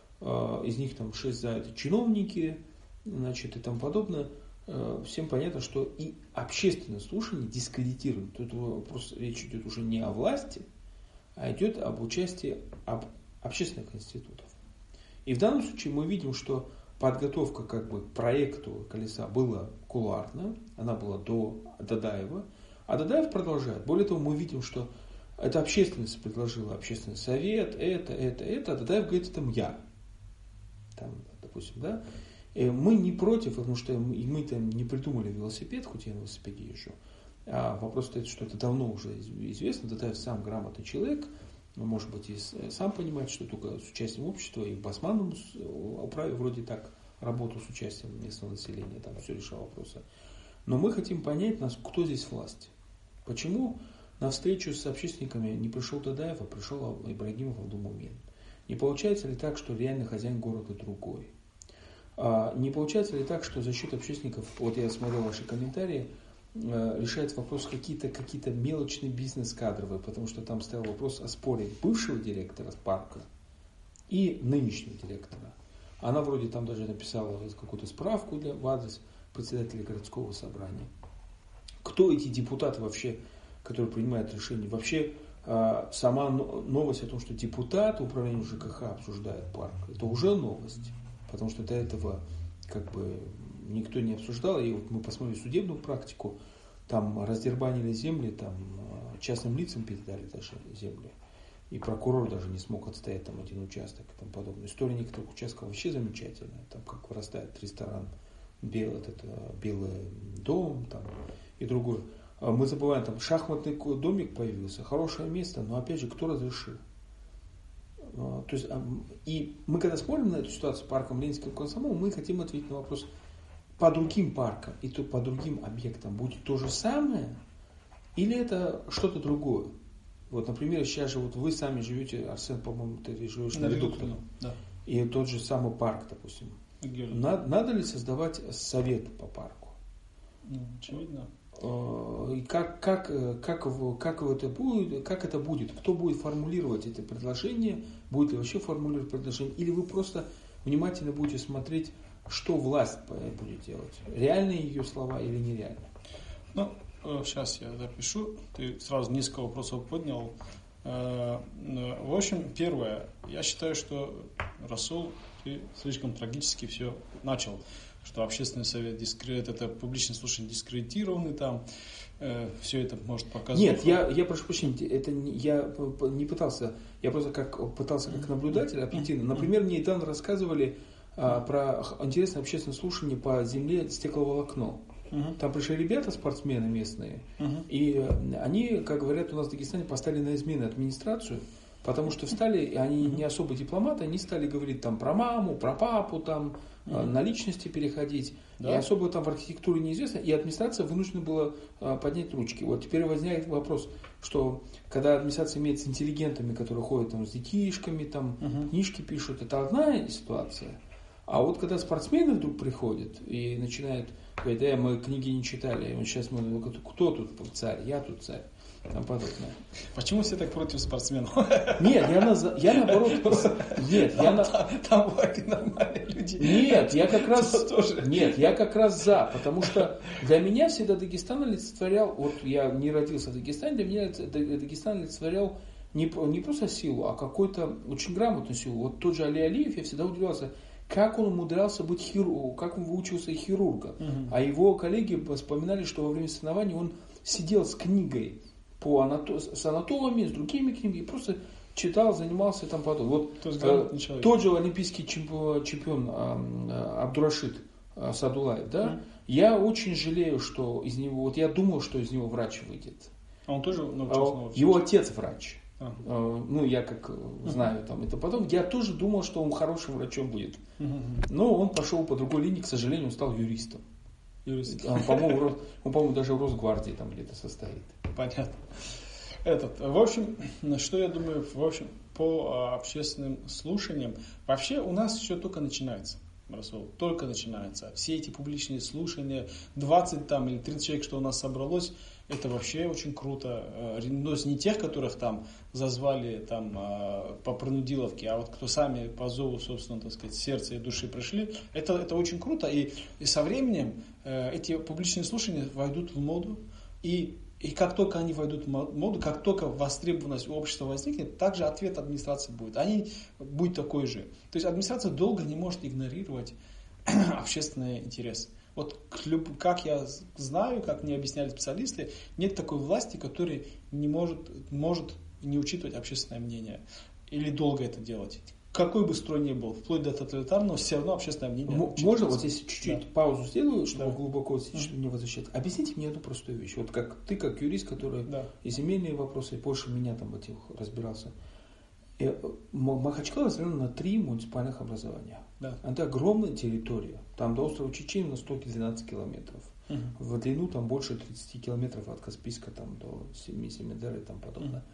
из них там 6 за это чиновники, значит, и тому подобное. Всем понятно, что и общественное слушание дискредитирует. Тут вопрос, речь идет уже не о власти, а идет об участии общественных институтов. И в данном случае мы видим, что подготовка как бы к проекту колеса была кулуарная, она была до Дадаева, а Дадаев продолжает. Более того, мы видим, что это общественность предложила, общественный совет, а Дадаев говорит, это я. Там, допустим, да. И мы не против, потому что мы-то не придумали велосипед, хоть я на велосипеде езжу. А вопрос стоит, что это давно уже известно, Дадаев сам грамотный человек, может быть, и сам понимает, что только с участием общества, и в Басманном управе вроде так работал с участием местного населения, там все решал вопросы. Но мы хотим понять, кто здесь власть. Почему на встречу с общественниками не пришел Дадаев, а пришел Ибрагимов Абдулмумин? Не получается ли так, что реально хозяин города другой? Не получается ли так, что за счет общественников, вот я смотрел ваши комментарии, решается вопрос какие-то мелочный бизнес кадровый, потому что там стоял вопрос о споре бывшего директора парка и нынешнего директора. Она вроде там даже написала какую-то справку в адрес председателя городского собрания. Кто эти депутаты вообще, которые принимают решения? Вообще сама новость о том, что депутаты управления ЖКХ обсуждают парк, это уже новость, потому что до этого как бы никто не обсуждал, и вот мы посмотрели судебную практику, там раздербанили земли, там частным лицам передали даже земли, и прокурор даже не смог отстоять там один участок и тому подобное. История некоторых участков вообще замечательная, там как вырастает ресторан, белый дом там, и другое. Мы забываем, там шахматный домик появился, хорошее место, но опять же, кто разрешил? То есть, и мы когда смотрим на эту ситуацию с парком Ленинского комсомола, мы хотим ответить на вопрос, по другим паркам и по другим объектам будет то же самое, или это что-то другое? Вот, например, сейчас же вот вы сами живете, Арсен, по-моему, ты живешь на Редукторе, да. И тот же самый парк, допустим. Надо ли создавать совет по парку? Очевидно. И как это будет? Кто будет формулировать это предложение? Будет ли вообще формулировать предложение? Или вы просто внимательно будете смотреть, что власть будет делать? Реальные ее слова или нереальные? Ну, сейчас я запишу. Ты сразу несколько вопросов поднял. В общем, первое. Я считаю, что, Расул, ты слишком трагически все начал. Что общественный совет это публичное слушание дискредитированы там, все это может показывать. Нет, я прошу прощения, это я не пытался, я просто пытался как наблюдатель объективно. Например, мне недавно рассказывали про интересное общественное слушание по земле стекловолокно. Там пришли ребята, спортсмены местные, и они, как говорят у нас в Дагестане, поставили на измену администрацию, Потому что встали, они не особо дипломаты, они стали говорить там про маму, про папу, там, на личности переходить. Да. И особо там в архитектуре неизвестно. И администрация вынуждена была поднять ручки. Вот теперь возникает вопрос, что когда администрация имеет с интеллигентами, которые ходят там с детишками, там, книжки пишут, это одна ситуация. А вот когда спортсмены вдруг приходят и начинают говорить, мы книги не читали, вот сейчас мы, кто тут царь, я тут царь, там подобное. Почему все так против спортсменов? Нет, я наоборот, там бывают и нормальные люди. Нет, я как раз за, потому что для меня всегда Дагестан олицетворял, вот я не родился в Дагестане, для меня Дагестан олицетворял не просто силу, а какую-то очень грамотную силу. Вот тот же Али Алиев, я всегда удивлялся, как он умудрялся быть хирургом, как он выучился и хирурга. А его коллеги вспоминали, что во время соревнований он сидел с книгой с анатомией, с другими книгами, и просто читал, занимался и там потом. Вот тот же олимпийский чемпион Абдурашид Садулаев, да? Я очень жалею, что из него, вот я думал, что из него врач выйдет. А он тоже научился? Его отец врач. Ну, я как знаю там это потом, я тоже думал, что он хорошим врачом будет. Но он пошел по другой линии, к сожалению, он стал юристом. Он, по-моему, даже в Росгвардии там где-то состоит. Понятно. В общем, что я думаю, по общественным слушаниям, вообще у нас все только начинается. Только начинается. Все эти публичные слушания, 20 там или 30 человек, что у нас собралось, это вообще очень круто. Но не тех, которых там зазвали там, по принудиловке, а вот кто сами по зову, собственно, так сказать, сердца и души пришли, это очень круто. И со временем эти публичные слушания войдут в моду. И как только они войдут в моду, как только востребованность у общества возникнет, также ответ администрации будет. Будет такой же. То есть администрация долго не может игнорировать общественный интерес. Вот как я знаю, как мне объясняли специалисты, нет такой власти, которая не может не учитывать общественное мнение. Или долго это делать. Какой бы строй ни был, вплоть до тоталитарного, все равно общественное мнение. Можно вот здесь чуть-чуть паузу сделаю, чтобы глубоко не возвращаться. Объясните мне одну простую вещь. Вот как ты, как юрист, который и земельные вопросы, и больше меня там в этих разбирался. Махачкала разделена на 3 муниципальных образования. Да. Это огромная территория. Там до острова Чечен на 112 километров. В длину там больше 30 километров от Каспийска там, до Семидары и тому подобное.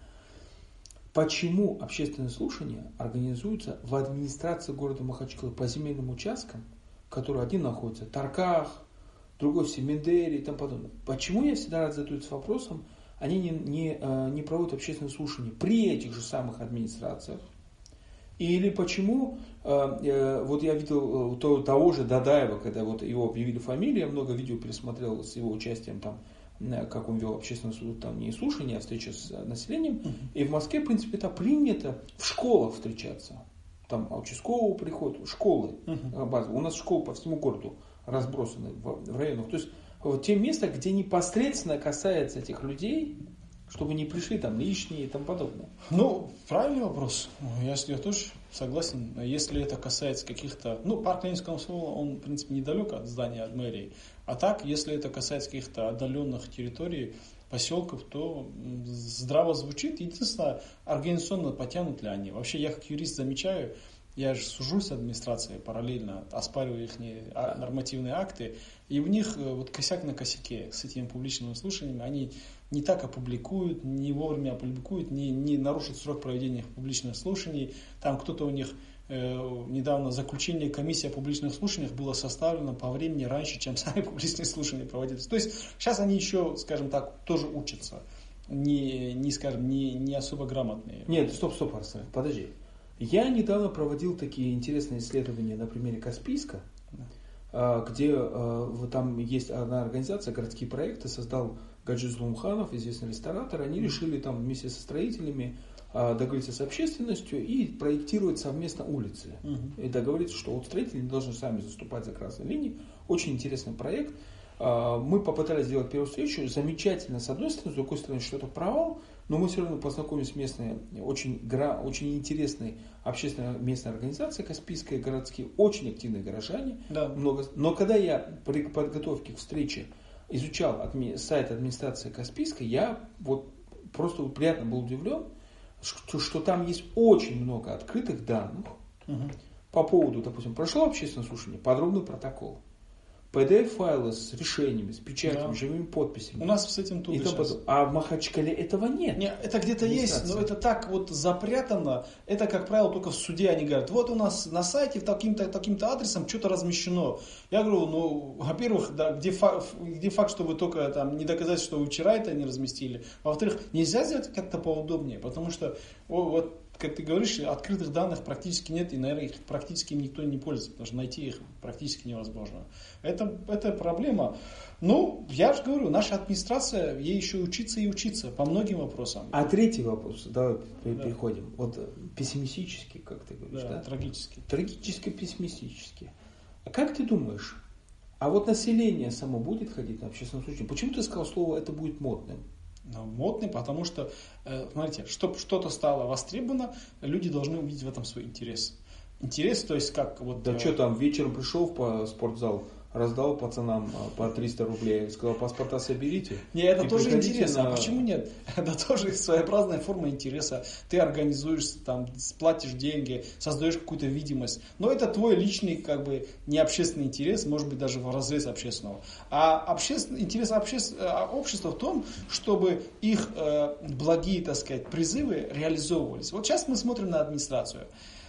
Почему общественные слушания организуются в администрации города Махачкалы по земельным участкам, которые один находится в Тарках, другой в Семидере и тому подобное? Почему я всегда рад задаюсь вопросом, они не проводят общественные слушания при этих же самых администрациях? Или почему, вот я видел того же Дадаева, когда вот его объявили фамилию, я много видео пересмотрел с его участием там, как он вел общественный суд, там не слушания, а встреча с населением. И в Москве, в принципе, это принято в школах встречаться. Там участкового приходят, школы базовые. У нас школы по всему городу разбросаны в районах. То есть вот те места, где непосредственно касается этих людей, чтобы не пришли там лишние и тому подобное. Ну, правильный вопрос. Я тоже согласен. Если это касается каких-то... парк Ленинского слова, он, в принципе, недалек от здания, от мэрии. А так, если это касается каких-то отдаленных территорий, поселков, то здраво звучит. Единственное, организационно потянут ли они. Вообще, я как юрист замечаю, я же сужусь с администрацией параллельно, оспариваю их нормативные акты, и в них вот косяк на косяке с этими публичными слушаниями. Они не так опубликуют, не вовремя опубликуют, не нарушат срок проведения публичных слушаний. Там кто-то у них недавно заключение комиссии о публичных слушаниях было составлено по времени раньше, чем сами публичные слушания проводились. То есть сейчас они еще, скажем так, тоже учатся, не особо грамотные. Нет, стоп, Арсен, подожди. Я недавно проводил такие интересные исследования на примере Каспийска, где там есть одна организация, городские проекты, создал Гаджи Зулумханов, известный ресторатор. Они решили там вместе со строителями договориться с общественностью и проектировать совместно улицы. И договориться, что вот строители не должны сами заступать за красные линии. Очень интересный проект. Мы попытались сделать первую встречу. Замечательно с одной стороны, с другой стороны, что это провал. Но мы все равно познакомились с местной, очень интересной общественной местной организацией Каспийской, городские, очень активные горожане. Да. Много. Но когда я при подготовке к встрече изучал сайт администрации Каспийской, я вот просто приятно был удивлен. что там есть очень много открытых данных по поводу, допустим, прошло общественное слушание, подробный протокол, PDF-файлы с решениями, с печатями, живыми подписями. У нас с этим туго сейчас. А в Махачкале этого нет. Нет, это где-то есть, но это так вот запрятано. Это, как правило, только в суде они говорят, вот у нас на сайте таким-то адресом что-то размещено. Я говорю, во-первых, да, где факт, что вы только там не доказать, что вы вчера это не разместили. А во-вторых, нельзя сделать как-то поудобнее, потому что вот как ты говоришь, открытых данных практически нет, и, наверное, их практически никто не пользуется, потому что найти их практически невозможно. Это проблема. Ну, я же говорю, наша администрация, ей еще учиться и учиться по многим вопросам. А третий вопрос, давай переходим. Вот пессимистический, как ты говоришь, да? Трагический. Трагически-пессимистически. А как ты думаешь, а вот население само будет ходить на общественное слушание? Почему ты сказал слово «это будет модным»? Модный, потому что, смотрите, чтобы что-то стало востребовано, люди должны увидеть в этом свой интерес. Интерес, то есть как вот... Да что там, вечером пришел в спортзал, раздал пацанам по 300 рублей, сказал, паспорта соберите. Не, это тоже интересно. А почему нет? Это тоже своеобразная форма интереса. Ты организуешься, там, платишь деньги, создаешь какую-то видимость. Но это твой личный, как бы, не общественный интерес, может быть, даже вразрез общественного. А интерес общества в том, чтобы их благие, так сказать, призывы реализовывались. Вот сейчас мы смотрим на администрацию.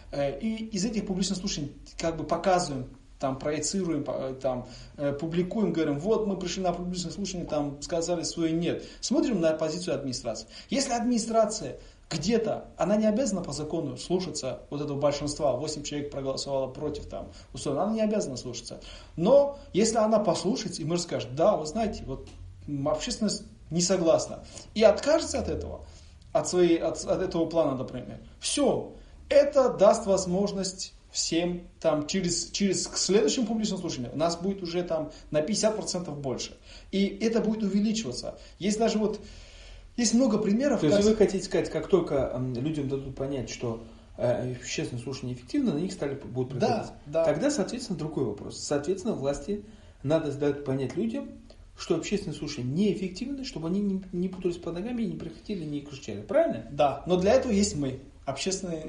И из этих публичных слушаний как бы показываем, там, проецируем, там, публикуем, говорим, вот мы пришли на публичное слушание, там, сказали свое нет. Смотрим на позицию администрации. Если администрация где-то, она не обязана по закону слушаться вот этого большинства, 8 человек проголосовало против, там, условно, она не обязана слушаться. Но если она послушается и может скажет, да, вы знаете, вот общественность не согласна, и откажется от этого, от этого плана, например, все, это даст возможность всем там через к следующему публичному слушанию у нас будет уже там на 50% больше. И это будет увеличиваться. Есть даже вот, есть много примеров. То есть вы хотите сказать, как только людям дадут понять, что общественное слушание эффективно, на них будут приходить. Да. Тогда, соответственно, другой вопрос. Соответственно, власти надо дать понять людям, что общественное слушание неэффективно, чтобы они не путались под ногами, не приходили, не кричали. Правильно? Да, но для этого есть мы. Общественные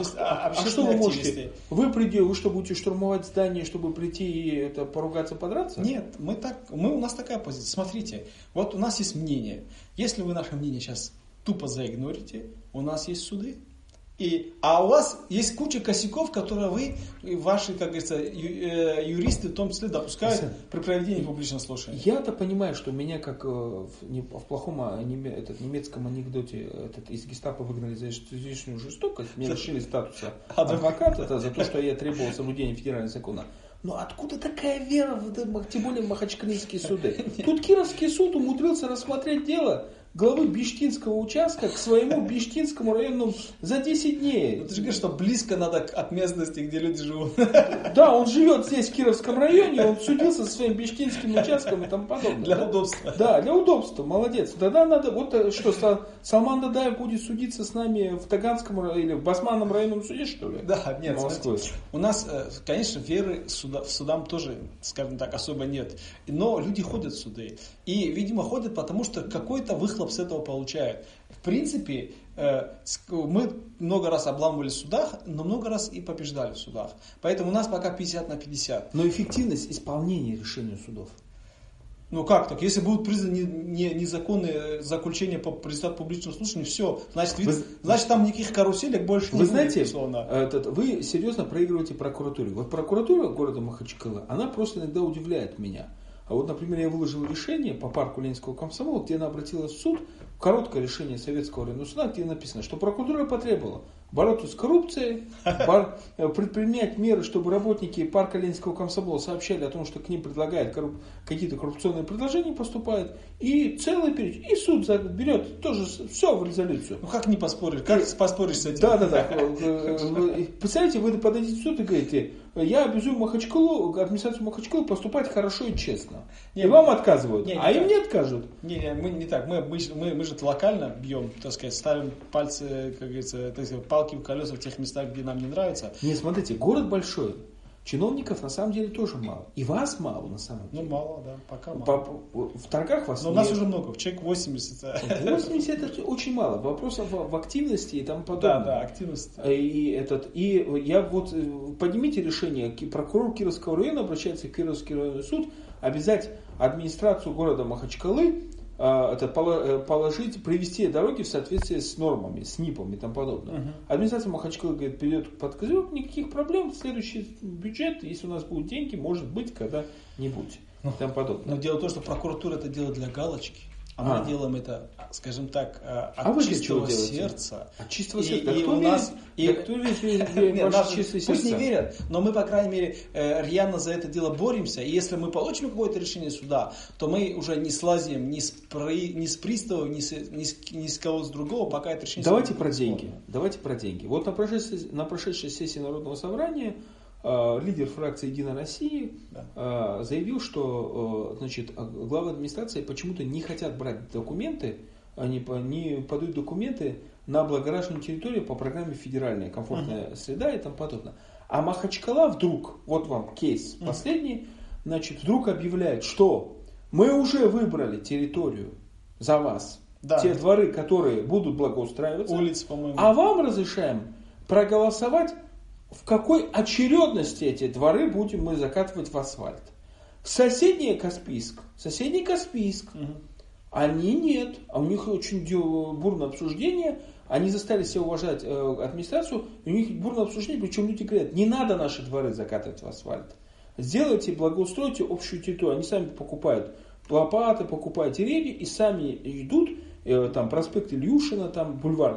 что вы можете? Вы что, будете штурмовать здание, чтобы прийти и поругаться, подраться? Нет, у нас такая позиция. Смотрите, вот у нас есть мнение. Если вы наше мнение сейчас тупо заигнорите, у нас есть суды. А у вас есть куча косяков, которые ваши, как говорится, юристы в том числе допускают при проведении публичного слушания. Я-то понимаю, что меня, как в плохом немецком анекдоте, из гестапо выгнали за излишнюю жестокость, мне лишили статуса адвоката за то, что я требовал соблюдения федерального закона. Но откуда такая вера, тем более в махачкалинские суды? Тут Кировский суд умудрился рассмотреть дело главы Биштинского участка к своему Биштинскому району за 10 дней. Ты же говоришь, что близко надо от местности, где люди живут. Да, он живет здесь, в Кировском районе, он судился со своим Биштинским участком и тому подобное. Для удобства. Да, для удобства, молодец. Тогда надо, вот что, Салман Дадаев будет судиться с нами в Таганском или в Басманном районном суде, что ли? Да, нет, смотрите, у нас, конечно, веры в судам тоже, скажем так, особо нет. Но люди ходят в суды. И, видимо, ходят, потому что какой-то выхлоп с этого получают. В принципе, мы много раз обламывались в судах, но много раз и побеждали в судах. Поэтому у нас пока 50 на 50. Но эффективность исполнения решений судов? Ну как так? Если будут признаны незаконные заключения по результату публичного слушания, все, значит там никаких каруселек больше не будет. Вы знаете, вы серьезно проигрываете прокуратуре. Вот прокуратура города Махачкала, она просто иногда удивляет меня. А вот, например, я выложил решение по парку Ленинского комсомола, где она обратилась в суд, короткое решение Советского районного суда, где написано, что прокуратура потребовала бороться с коррупцией, предпринять меры, чтобы работники парка Ленинского комсомола сообщали о том, что к ним предлагают какие-то коррупционные предложения, поступают, и целый перечень. И суд берет тоже все в резолюцию. Ну как не поспоришь? Как поспоришь с этим? Да. Представляете, вы подойдете в суд и говорите, я обязую администрацию Махачкалы поступать хорошо и честно. И вам отказывают, им не откажут. Не, мы не так. Мы же локально бьем, так сказать, ставим пальцы, как говорится, палки в колеса в тех местах, где нам не нравится. Не, смотрите, город большой. Чиновников на самом деле тоже мало. И вас мало на самом деле. Ну, мало, да, пока мало. В торгах вас но нет. нас уже много, человек 80. 80 это очень мало. Вопрос в активности и тому подобное. Да, активность. И я вот поднимите решение, прокурор Кировского района обращается в Кировский районный суд, обязать администрацию города Махачкалы привести дороги в соответствии с нормами, с НИПом и тому подобное. Администрация Махачкалы говорит, придет под козырек, никаких проблем, следующий бюджет, если у нас будут деньги, может быть, когда-нибудь и тому подобное. Но дело в том, что прокуратура это делает для галочки. А мы делаем это, скажем так, от вы чистого сердца. От чистого сердца. Кто верит в ваши чистые сердца? Пусть не верят, но мы, по крайней мере, рьяно за это дело боремся. И если мы получим какое-то решение суда, то мы уже не слазим ни с приставов, ни с кого-то другого, пока это решение Давайте про деньги. Вот на прошедшей сессии Народного собрания лидер фракции «Единая Россия» заявил, что главы администрации почему-то не хотят брать документы, они не подают документы на облагораженную территорию по программе «Федеральная комфортная среда» и тому подобное. А Махачкала вдруг, вот вам кейс последний, вдруг объявляет, что мы уже выбрали территорию за вас, те дворы, которые будут благоустраиваться, улицы, по-моему. А вам разрешаем проголосовать, в какой очередности эти дворы будем мы закатывать в асфальт. Соседний Каспийск, они нет, а у них очень бурное обсуждение, они заставили себя уважать администрацию, и у них бурное обсуждение, причем люди говорят, не надо наши дворы закатывать в асфальт, сделайте, благоустройте общую территорию, они сами покупают лопаты, покупают деревья и сами идут, там проспект Ильюшина, там бульвар,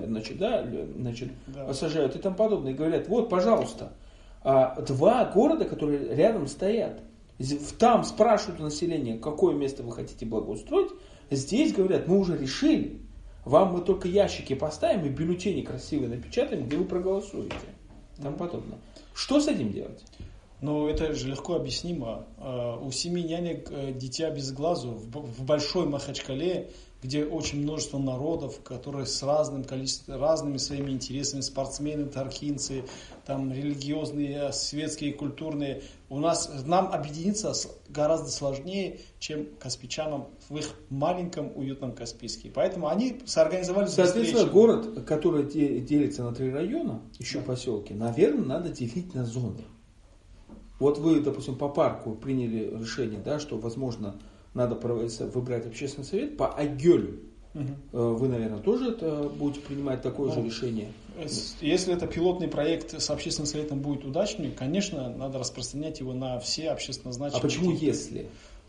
сажают и тому подобное, и говорят, вот, пожалуйста, два города, которые рядом стоят, там спрашивают у населения, какое место вы хотите благоустроить, здесь говорят, мы уже решили, вам мы только ящики поставим и бюллетени красивые напечатаем, где вы проголосуете, и тому подобное. Что с этим делать? Ну, это же легко объяснимо. У 7 нянек дитя без глазу в большой Махачкале, где очень множество народов, которые с разным количеством, разными своими интересами, спортсмены, тархинцы, там религиозные, светские, культурные. Нам объединиться гораздо сложнее, чем каспичанам в их маленьком уютном Каспийске. Поэтому они соорганизовались. Соответственно, город, который делится на 3 района, еще поселки, наверное, надо делить на зоны. Вот вы, допустим, по парку приняли решение, что, возможно, надо выбрать общественный совет по Айгелю. Вы, наверное, тоже будете принимать такое же решение? Если это пилотный проект с общественным советом будет удачным, конечно, надо распространять его на все общественно значимые. А почему если?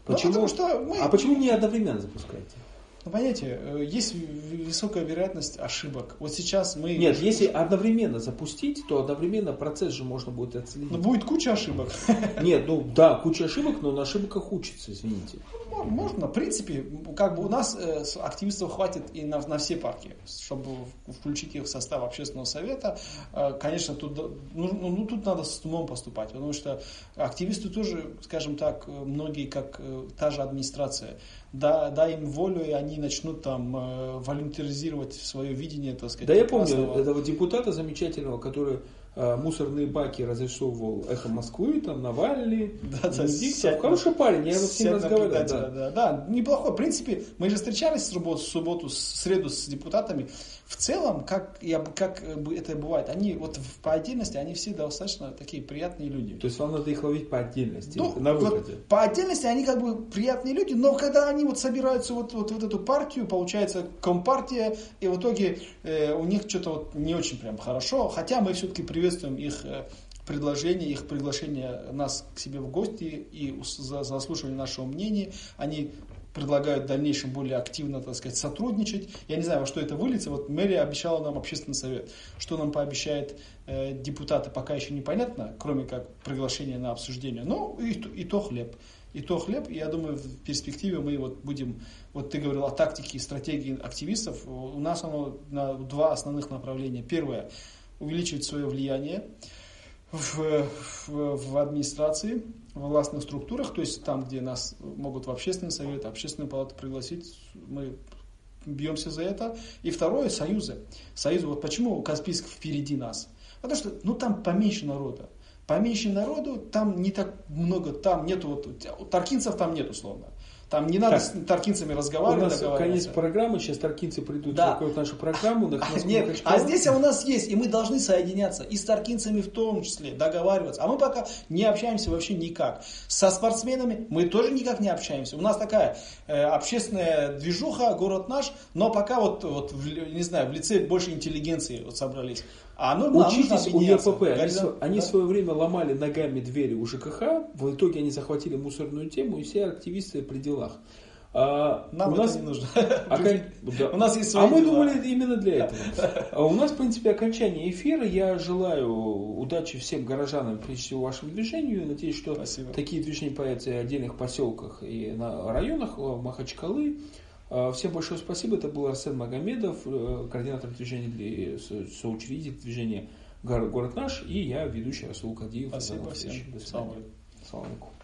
А почему не одновременно запускаете? Ну, понимаете, есть высокая вероятность ошибок. Вот сейчас мы... Нет, если одновременно запустить, то одновременно процесс же можно будет отследить. Но будет куча ошибок. Нет, куча ошибок, но на ошибках учатся, извините. Можно, в принципе, у нас активистов хватит и на все партии, чтобы включить их в состав общественного совета. Конечно, тут надо с умом поступать, потому что активисты тоже, скажем так, многие, как та же администрация, дай им волю, и они начнут там волонтеризировать свое видение, так сказать. Да, я помню этого депутата замечательного, который мусорные баки разрисовывал «Эхо Москвы», там Навальный, Венедиктов. Хороший парень, я с ним разговаривал. Да, неплохой. В принципе, мы же встречались в среду с депутатами. В целом, как это бывает, они вот по отдельности, они все достаточно такие приятные люди. То есть вам надо их ловить по отдельности, на выходе? Вот, по отдельности они как бы приятные люди, но когда они собираются вот эту партию, получается компартия, и в итоге у них что-то не очень прям хорошо, хотя мы все-таки приветствуем их приглашение нас к себе в гости и заслушивание нашего мнения. Они предлагают в дальнейшем более активно, так сказать, сотрудничать. Я не знаю, во что это выльется. Вот мэрия обещала нам общественный совет. Что нам пообещает депутаты, пока еще непонятно, кроме как приглашения на обсуждение. Но и то хлеб. И то хлеб. И я думаю, в перспективе мы будем... Вот ты говорил о тактике и стратегии активистов. У нас оно на 2 основных направления. Первое – увеличивать свое влияние в администрации, в властных структурах, то есть там, где нас могут в общественный совет, общественную палату пригласить, мы бьемся за это. И второе – союзы. Вот почему Каспийск впереди нас? Потому что там поменьше народа. поменьше народу, там не так много, там нету, вот, таркинцев там нет условно. Там не надо с таркинцами разговаривать. У нас конец программы, сейчас таркинцы придут да. в какую-то нашу программу. Нет, а здесь у нас есть, и мы должны соединяться, и с таркинцами в том числе, договариваться. А мы пока не общаемся вообще никак. Со спортсменами мы тоже никак не общаемся. У нас такая общественная движуха, город наш, но пока не знаю, в лице больше интеллигенции собрались. Учитесь у ЕПП, они в свое время ломали ногами двери у ЖКХ, в итоге они захватили мусорную тему, и все активисты при делах. Нам это не нужно. У нас есть свои дела. Мы думали именно для этого. У нас, в принципе, окончание эфира. Я желаю удачи всем горожанам, прежде всего, вашему движению. Надеюсь, что такие движения появятся в отдельных поселках и на районах Махачкалы. Всем большое спасибо. Это был Арсен Магомедов, координатор движения, соучредитель движения «Город наш», и я, ведущий Расул Кадиев. Спасибо всем. До свидания. Салам алейкум.